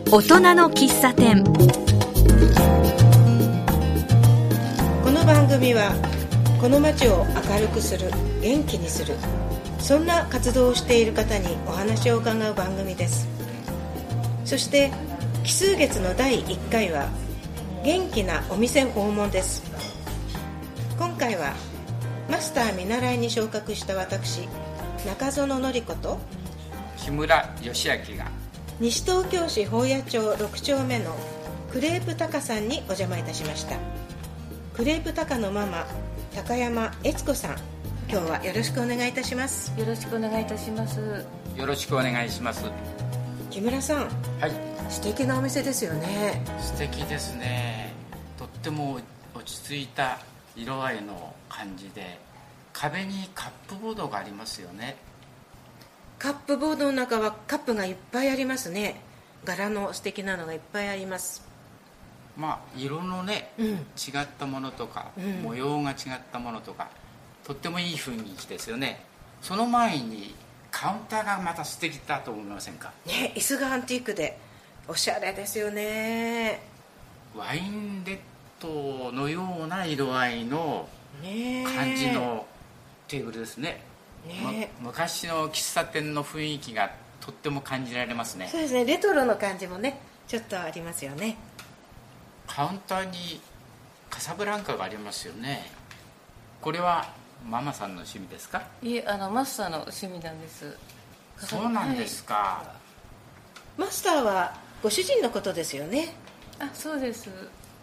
大人の喫茶店。 この番組はこの街を明るくする、元気にする、そんな活動をしている方にお話を伺う番組です。そして奇数月の第1回は元気なお店訪問です。今回はマスター見習いに昇格した私、中園のり子と木村義明が西東京市宝谷町6丁目のクレープタカさんにお邪魔いたしました。クレープタカのママ、高山悦子さん、今日はよろしくお願いいたします。 よろしくお願いいたします。 よろしくお願いします。 木村さん、 はい、 素敵なお店ですよね。 素敵ですね。とっても落ち着いた色合いの感じで、壁にカップボードがありますよね。 カップボードの中はカップがいっぱいありますね。柄の素敵なのがいっぱいあります。 色のね、違ったものとか、模様が違ったものとか、とってもいい雰囲気ですよね。その前にカウンターがまた素敵だと思いませんかね。椅子がアンティークでおしゃれですよね。 ワインレッドのような色合いの感じのテーブルですね。昔の喫茶店の雰囲気がとっても感じられますね。 そうですね、レトロの感じもね、ちょっとありますよね。 カウンターにカサブランカがありますよね。これはママさんの趣味ですか？ いえ、マスターの趣味なんです。 そうなんですか、はい、 マスターはご主人のことですよね。 あ、そうです。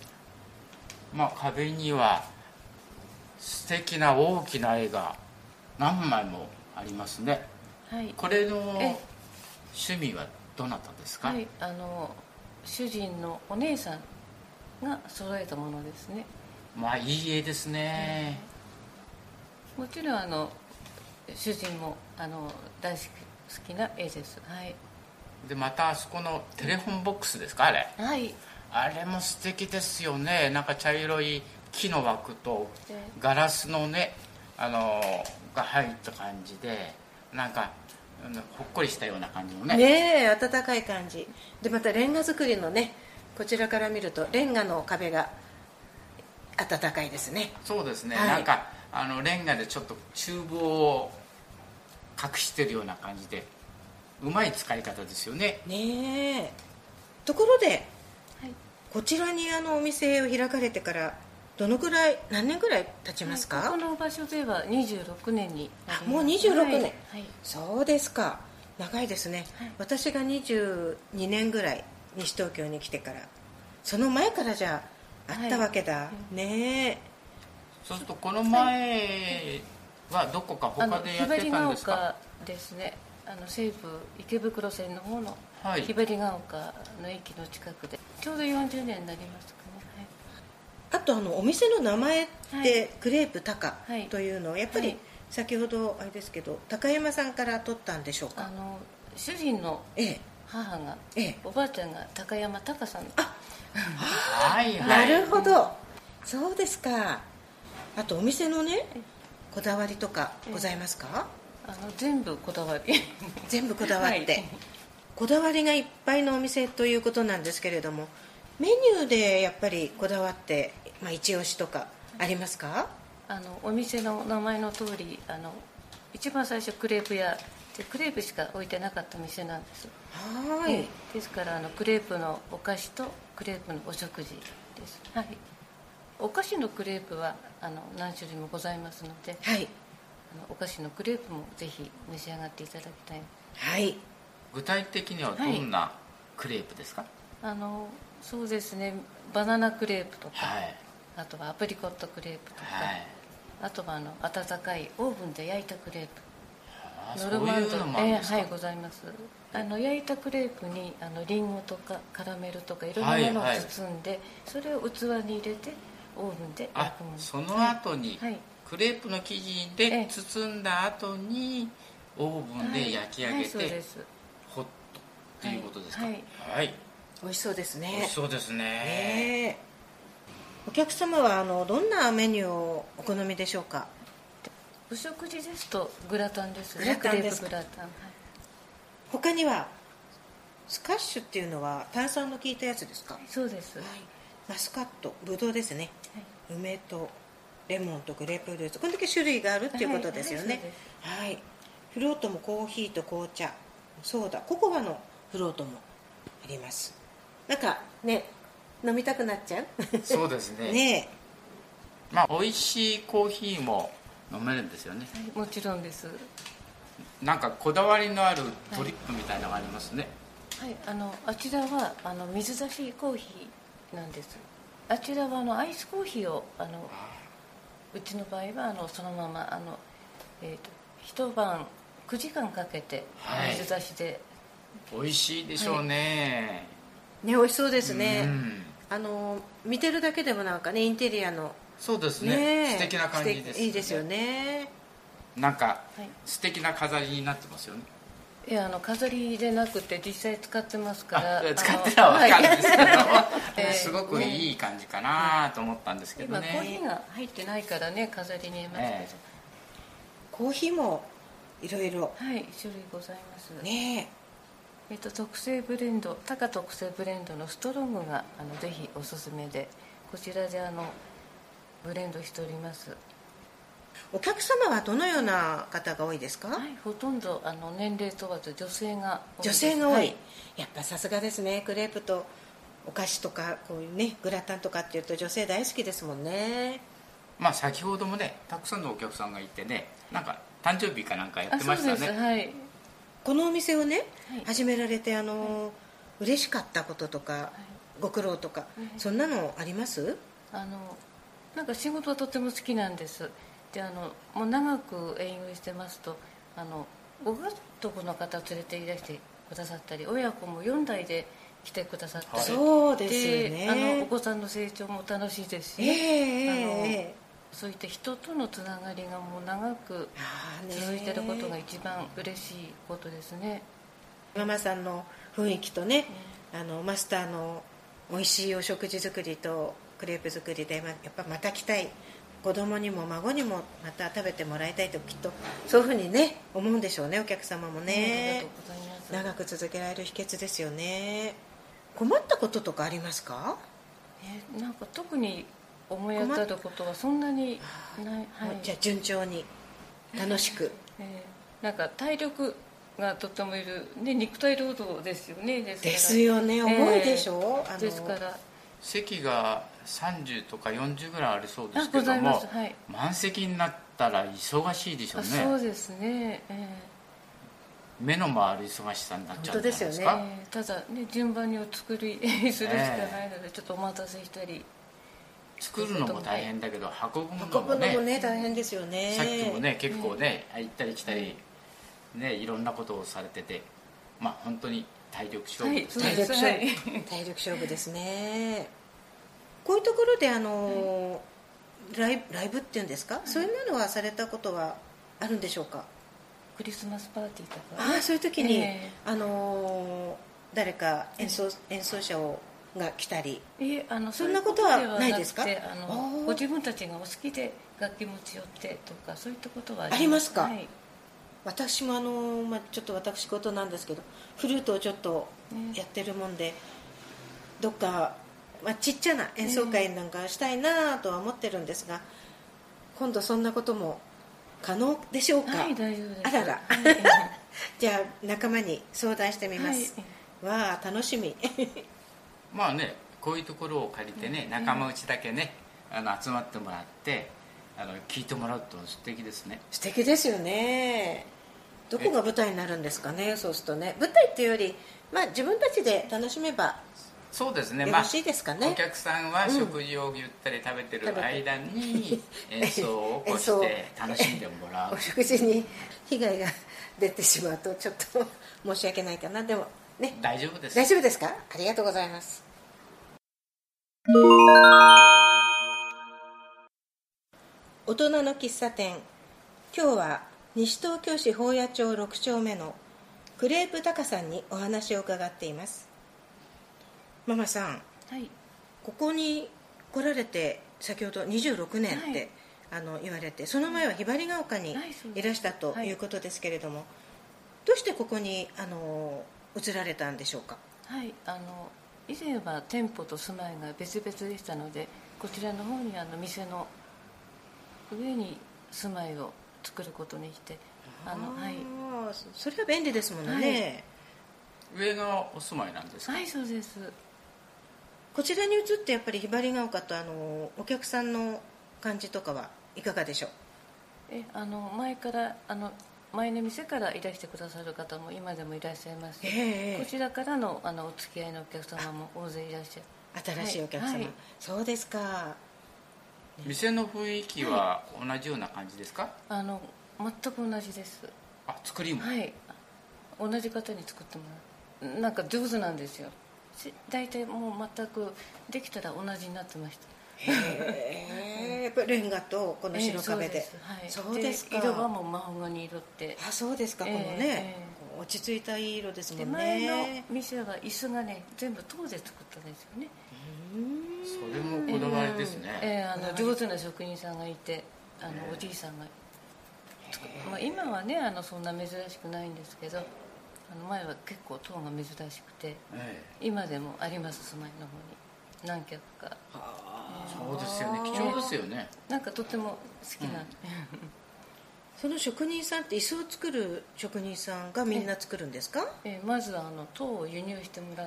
壁には素敵な大きな絵が何枚もありますね、はい、これの趣味はどなたですか？ はい、主人のお姉さんが揃えたものですね。 いい絵ですね、 もちろん主人も大好きな絵です、はい、 でまたあそこのテレフォンボックスですか、あれ、 はい、 あれも素敵ですよね。なんか茶色い木の枠とガラスのね、が入った感じで、なんかほっこりしたような感じのね。 ねえ、温かい感じで、またレンガ造りのね、こちらから見るとレンガの壁が温かいですね。 そうですね、 はい、 なんかレンガでちょっと厨房を隠してるような感じで、うまい使い方ですよね。 ねえ。ところで、 はい、 こちらにお店を開かれてから何年ぐらい経ちますか？ この場所では26年になります。 もう26年、 はい、 そうですか、長いですね、はい、私が22年ぐらい西東京に来てから、その前からじゃあったわけだ、はい、ねえ。 そうするとこの前はどこか他でやってたんですか？ ひばりが丘ですね。西武池袋線の方のひばりが丘の駅の近くで、ちょうど40年になりますかね、 はい、あとお店の名前ってクレープタカというのを、やっぱり先ほどあれですけど、高山さんから取ったんでしょうか？ 主人の母が、おばあちゃんが高山タカさん。 はいはい、 なるほど、そうですか。あとお店のね、こだわりとかございますか？ 全部こだわり全部こだわって、 はい、 こだわりがいっぱいのお店ということなんですけれども、メニューでやっぱりこだわって、一押しとかありますか？ お店の名前の通り、一番最初クレープ屋で、クレープしか置いてなかった店なんです。 はい、 ですからクレープのお菓子とクレープのお食事です、はい、お菓子のクレープは何種類もございますので、 はい、 お菓子のクレープもぜひ召し上がっていただきたい。 はい、具体的にはどんなクレープですか？ そうですね、バナナクレープとか、 はい、 あとはアプリコットクレープとか、 はい、 あとは温かいオーブンで焼いたクレープ、 ノルマンド、そういうのもあるんですか？ はい、ございます。焼いたクレープにリンゴとかカラメルとかいろんなものを包んで、はいはい、それを器に入れてオーブンで焼くもの。 その後に、はい、クレープの生地で包んだ後にオーブンで焼き上げて、はい、 そうです。 ホットっていうことですか？ はい、 はい、 美味しそうですね。 美味しそうですね。 お客様はどんなメニューをお好みでしょうか？ お食事ですとグラタンですね。 グラタンですか？ クレープグラタン、はい、 他にはスカッシュっていうのは炭酸の効いたやつですか？ そうです、 マスカット、ブドウですね、梅とレモンとグレープフルーツ、これだけ種類があるっていうことですよね。はい、フロートもコーヒーと紅茶、ソーダ、ココアのフロートもあります。なんかね、飲みたくなっちゃうそうですねね。 まあ美味しいコーヒーも飲めるんですよね。 もちろんです。 なんかこだわりのあるドリップみたいなのがありますね。 はい、あちらは水出しコーヒーなんです。あちらはアイスコーヒーをうちの場合はそのまま一晩9時間かけて水出しで、 美味しいでしょうね。 ね、美味しそうですね。見てるだけでもなんかね、インテリアのそうですね、素敵な感じです。 いいですよね。 なんか素敵な飾りになってますよね。 いや飾りでなくて実際使ってますから。 使ってたら分かるんですけど、すごくいい感じかなと思ったんですけどね。 今コーヒーが入ってないからね、飾りに見えますけど、 コーヒーもいろいろ種類ございますね。 特製ブレンド、タカ特製ブレンドのストロングがぜひおすすめで、こちらでブレンドしております。 お客様はどのような方が多いですか？ ほとんど年齢問わず女性が多いです。 女性が多い、やっぱさすがですね。クレープとお菓子とかこういうね、グラタンとかっていうと女性大好きですもんね。 まあ先ほどもね、たくさんのお客さんがいてね、なんか誕生日かなんかやってましたね。 そうです、 このお店をね、始められて嬉しかったこととか、ご苦労とか、そんなのあります？ なんか仕事はとても好きなんです。でもう長く営業してますとご家族の方連れていらしてくださったり、親子も4代で来てくださったり、 そうですよね。 お子さんの成長も楽しいですし、そういった人とのつながりがもう長く続いていることが一番嬉しいことですね。 ママさんの雰囲気とね、マスターの美味しいお食事作りとクレープ作りでやっぱまた来たい、子供にも孫にもまた食べてもらいたいと、きっとそういうふうにね思うんでしょうね、お客様もね。 ありがとうございます。 長く続けられる秘訣ですよね。困ったこととかありますか？ なんか特に思い当たることはそんなにない、 じゃあ順調に楽しく、 なんか体力がとってもいる、肉体労働ですよね。 ですよね、重いでしょ。 ですから席が30とか40ぐらいありそうですけども、満席になったら忙しいでしょうね。 そうですね、 目の回る忙しさになっちゃうんじゃないですか。 本当ですよね。ただ順番にお作りするしかないので、ちょっとお待たせしたり。 作るのも大変だけど運ぶのもね大変ですよね。 さっきもね結構ね、行ったり来たりね、いろんなことをされてて、まあ本当に体力勝負ですね。 体力勝負ですね。こういうところでライブっていうんですか、そういうのはされたことはあるんでしょうか？ クリスマスパーティーとか、 そういう時に、誰か演奏者が来たり、そんなことはないですか？ ご自分たちがお好きで楽器持ち寄ってとか、そういったことはありますか？私もちょっと私事なんですけど、フルートをちょっとやってるもんで、どっか、ちっちゃな演奏会なんかしたいなとは思ってるんですが、今度そんなことも可能でしょうか？ 大丈夫です。 あらら、じゃあ仲間に相談してみます。わあ楽しみ。 まあね、こういうところを借りてね、仲間内だけね集まってもらって聞いてもらうと素敵ですね。 素敵ですよね。どこが舞台になるんですかね。そうするとね、舞台っていうより、自分たちで楽しめばそうですね、 よろしいですかね。 お客さんは食事をゆったり食べてる間に演奏を起こして楽しんでもらう。 お食事に被害が出てしまうとちょっと申し訳ないかな。でもね、 大丈夫です。 大丈夫ですか？ありがとうございます。大人の喫茶店、今日は西東京市宝谷町6丁目のクレープタカさんにお話を伺っています。ママさん、ここに来られて先ほど26年って、言われて、その前はひばりが丘にいらしたということですけれども、どうしてここに移られたんでしょうか？ はい、以前は店舗と住まいが別々でしたので、こちらの方に店の上に住まいを作ることにして、はい、 それは便利ですもんね、 はい、上がお住まいなんですか？ はい、そうです。 こちらに移ってやっぱりひばりが丘とお客さんの感じとかはいかがでしょう？ 前から前の店からいらしてくださる方も今でもいらっしゃいます、こちらからのお付き合いのお客様も大勢いらっしゃる。 新しいお客様、はい、そうですか。 店の雰囲気は同じような感じですか？ 全く同じです。 作りも、 はい、同じ方に作ってもらう。なんか上手なんですよ。大体もう全くできたら同じになってました。 やっぱりレンガとこの白壁で、 そうですか。色はもうマホガニ色って。 そうですか。このね、落ち着いたいい色ですもんね。 前の店は椅子がね全部籐で作ったんですよね。 それもこだわりですね。 上手な職人さんがいて、おじいさんが、今はねそんな珍しくないんですけど、前は結構籐が珍しくて、今でもあります。住まいの方に何脚か。 そうですよね、貴重ですよね。 なんかとっても好きな、 その職人さんって椅子を作る職人さんがみんな作るんですか？ まず籐を輸入してもらって、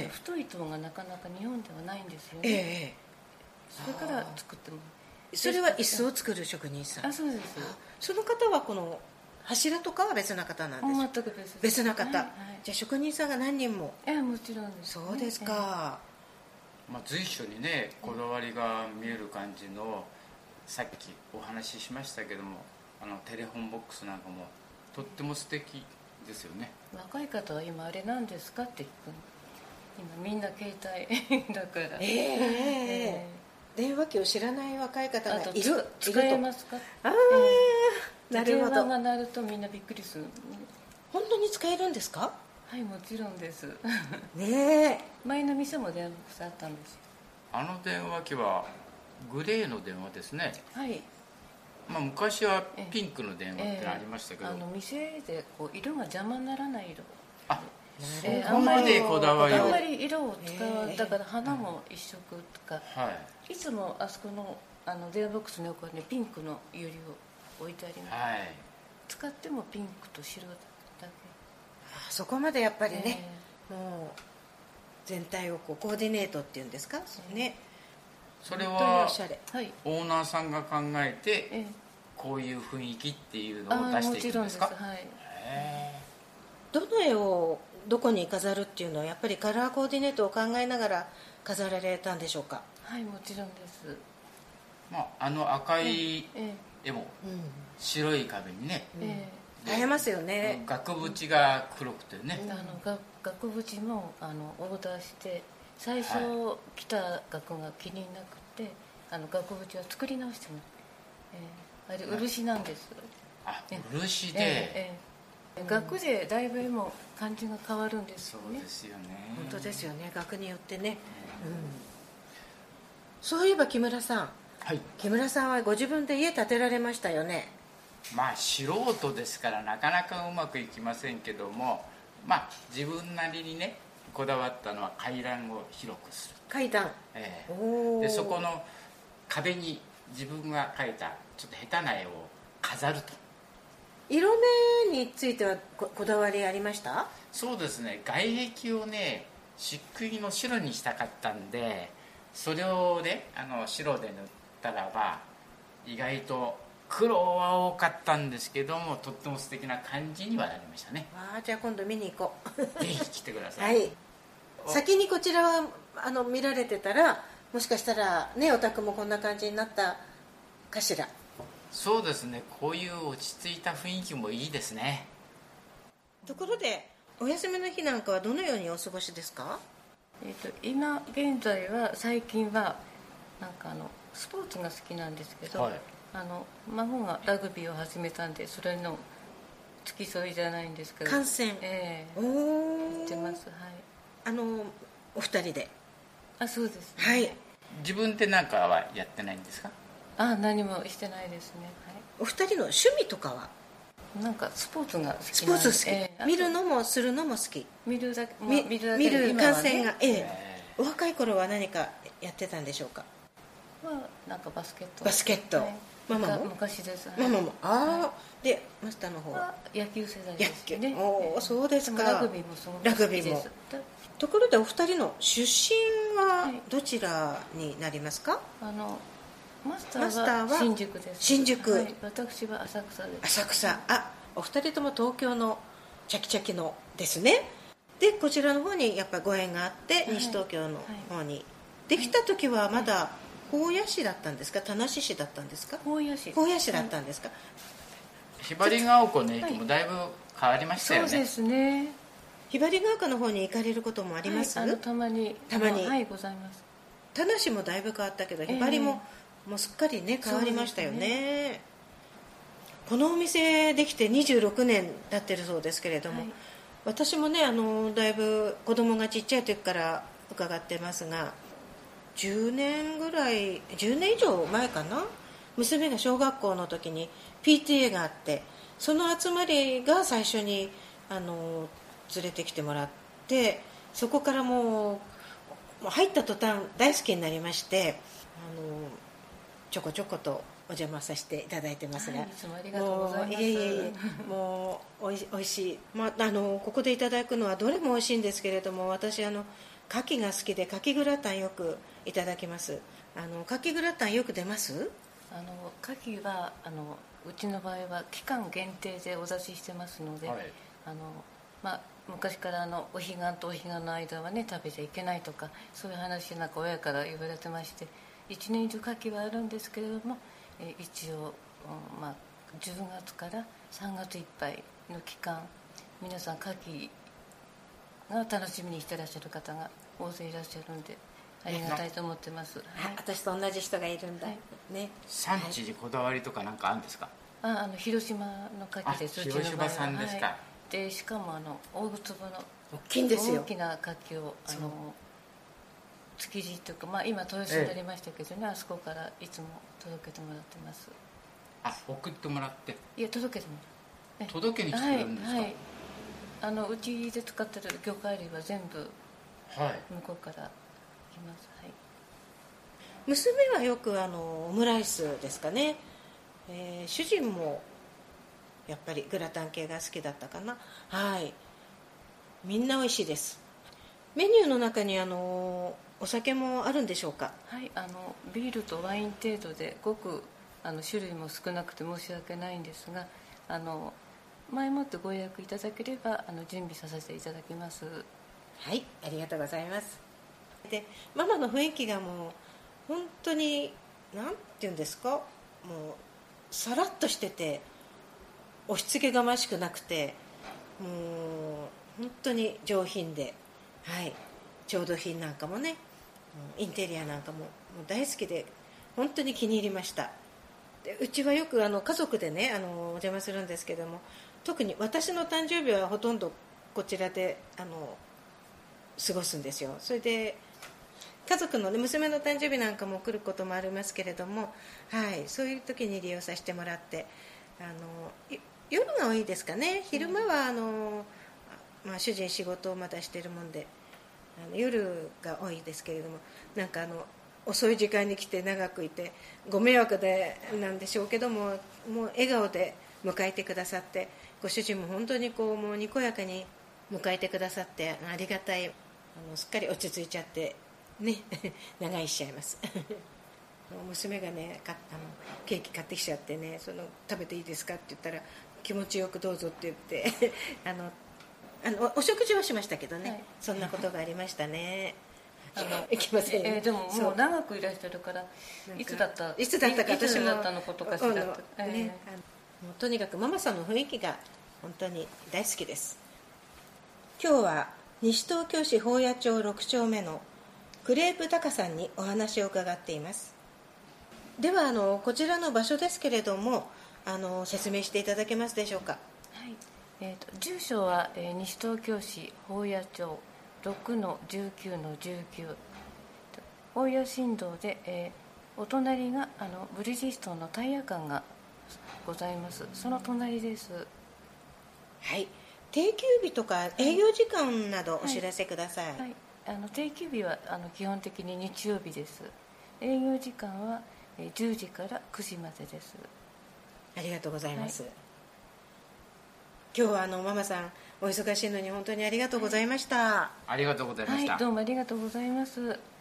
太い籐がなかなか日本ではないんですよね、それから作ってもらう。 それは椅子を作る職人さん？そうです。その方はこの柱とかは別な方なんですか？ 全く別です。 別な方、じゃあ職人さんが何人も？ もちろんです、 そうですか、 随所にねこだわりが見える感じの、さっきお話ししましたけどもテレホンボックスなんかもとっても素敵ですよね。 若い方は今あれなんですかって聞く。今みんな携帯だから、 電話機を知らない若い方がいる。 使えますか？ なるほど。 電話が鳴るとみんなびっくりする。 本当に使えるんですか？ はい、もちろんですね。 前の店も電話機あったんですよ。 電話機はグレーの電話ですね。 はい。 昔はピンクの電話ってありましたけど、 店で色が邪魔にならない色。 そこまでこだわりを。 あんまり色を使う。だから花も一色とか、いつもあそこの電話ボックスの横にピンクのユリを置いてあります、使ってもピンクと白だけ。 そこまでやっぱりね、もう全体をコーディネートっていうんですか、 それはオーナーさんが考えて、こういう雰囲気っていうのを出していくんですか？ どの絵をどこに飾るっていうのはやっぱりカラーコーディネートを考えながら飾られたんでしょうか？ はい、もちろんです。 赤い絵も白い壁にね、 映えますよね。 額縁が黒くてね、 額縁もオーダーして、最初来た額が気になくて額縁は作り直してもあれ漆なんです。 漆で、 額でだいぶも感じが変わるんですよね。 そうですよね。 本当ですよね、額によってね、そういえば木村さん、木村さんはご自分で家建てられましたよね。 素人ですからなかなかうまくいきませんけども、自分なりにねこだわったのは階段を広くする。 階段、 でそこの壁に自分が描いたちょっと下手な絵を飾ると。 色目についてはこだわりありました？ そうですね、外壁をね漆喰の白にしたかったんで、それをね白で塗ったらば意外と苦労は多かったんですけども、とっても素敵な感じにはなりましたね。 じゃあ今度見に行こうぜひ来てください。 先にこちらは見られてたら、もしかしたらねお宅もこんな感じになったかしら。 そうですね、こういう落ち着いた雰囲気もいいですね。 ところでお休みの日なんかはどのようにお過ごしですか？ 今現在は最近はなんかスポーツが好きなんですけど、孫がラグビーを始めたんで、それの付き添いじゃないんですけど、 観戦、 行ってます。 お二人で？ そうですね。 自分でなんかはやってないんですか？ 何もしてないですね。 お二人の趣味とかは？ なんかスポーツが好きなんで。 スポーツ好き、見るのもするのも好き。 見るだけ、 見る観戦が、お若い頃は何かやってたんでしょうか？ なんかバスケット、はい、 ママも昔です、 ママもでマスターの方は野球世代ですね。 そうですか。 ラグビーもそうです。 ところでお二人の出身はどちらになりますか？ マスターは新宿です。 新宿、 はい、私は浅草です。 浅草、お二人とも東京のチャキチャキのですね。でこちらの方にやっぱご縁があって、西東京の方に、できた時はまだ保谷市だったんですか、田無市だったんですか？保谷市だったんですか？ ひばりが丘の駅もだいぶ変わりましたよね。 そうですね。 ひばりが丘の方に行かれることもあります？ たまにはいございます。 田無もだいぶ変わったけど、ひばりももうすっかりね変わりましたよね。このお店できて26年経ってるそうですけれども、私もねだいぶ子供がちっちゃい時から伺ってますが、10年以上前かな、娘が小学校の時に PTA があって、その集まりが最初に連れてきてもらって、そこからもう入った途端大好きになりまして、ちょこちょことお邪魔させていただいてますが、 いつもありがとうございます。 もうおいしい、ここでいただくのはどれもおいしいんですけれども、私牡蠣が好きで牡蠣グラタンよくいただきます。牡蠣グラタンよく出ます？ 牡蠣はうちの場合は期間限定でお出ししてますので、昔からお彼岸とお彼岸の間はね食べちゃいけないとか、そういう話なんか親から言われてまして、一年中牡蠣はあるんですけれども、一応、10月から3月いっぱいの期間、皆さん牡蠣が楽しみにしてらっしゃる方が大勢いらっしゃるんで、ありがたいと思ってます。 私と同じ人がいるんだ、ね。 産地にこだわりとかなんかあるんですか？ 広島の牡蠣です。 広島産ですか？ でしかも大粒の大きいんですよ。 大きな牡蠣を築地というか、今豊洲になりましたけどね、あそこからいつも届けてもらってます。 送ってもらって？いや、届けてもらって、 届けに来てるんですか？ うちで使ってる魚介類は全部向こうから来ます。 娘はよくオムライスですかね。主人もやっぱりグラタン系が好きだったかな。みんな美味しいです。メニューの中にお酒もあるんでしょうか？ ビールとワイン程度で、ごく種類も少なくて申し訳ないんですが、前もってご予約いただければ準備させていただきます。 はい、ありがとうございます。でママの雰囲気がもう本当になんていうんですか、もうさらっとしてて押し付けがましくなくて、もう本当に上品で、調度品なんかもね、インテリアなんかも大好きで本当に気に入りました。でうちはよく家族でねお邪魔するんですけども、特に私の誕生日はほとんどこちらで過ごすんですよ。それで家族の、ね、娘の誕生日なんかも来ることもありますけれども、そういう時に利用させてもらって、夜が多いですかね。昼間は主人仕事をまだしてるもんで夜が多いですけれども、なんか遅い時間に来て長くいてご迷惑でなんでしょうけども、もう笑顔で迎えてくださって、ご主人も本当にもうにこやかに迎えてくださって、ありがたい。すっかり落ち着いちゃってね長居しちゃいます娘がねケーキ買ってきちゃってね、食べていいですかって言ったら、気持ちよくどうぞって言ってお食事はしましたけどね、そんなことがありましたね。行きませんね。 でももう長くいらっしゃるから、いつだったか私ものことかしらと、 とにかくママさんの雰囲気が本当に大好きです。今日は西東京市宝谷町6丁目のクレープタカさんにお話を伺っています。ではこちらの場所ですけれども説明していただけますでしょうか？ 住所は、西東京市宝谷町 6-19-19 宝谷新道で、お隣がブリヂストンのタイヤ館がございます。その隣です。 はい、定休日とか営業時間などお知らせください。 はい、定休日は基本的に日曜日です。営業時間は10時から9時までです。 ありがとうございます。今日はママさんお忙しいのに本当にありがとうございました。 ありがとうございました。 どうもありがとうございます。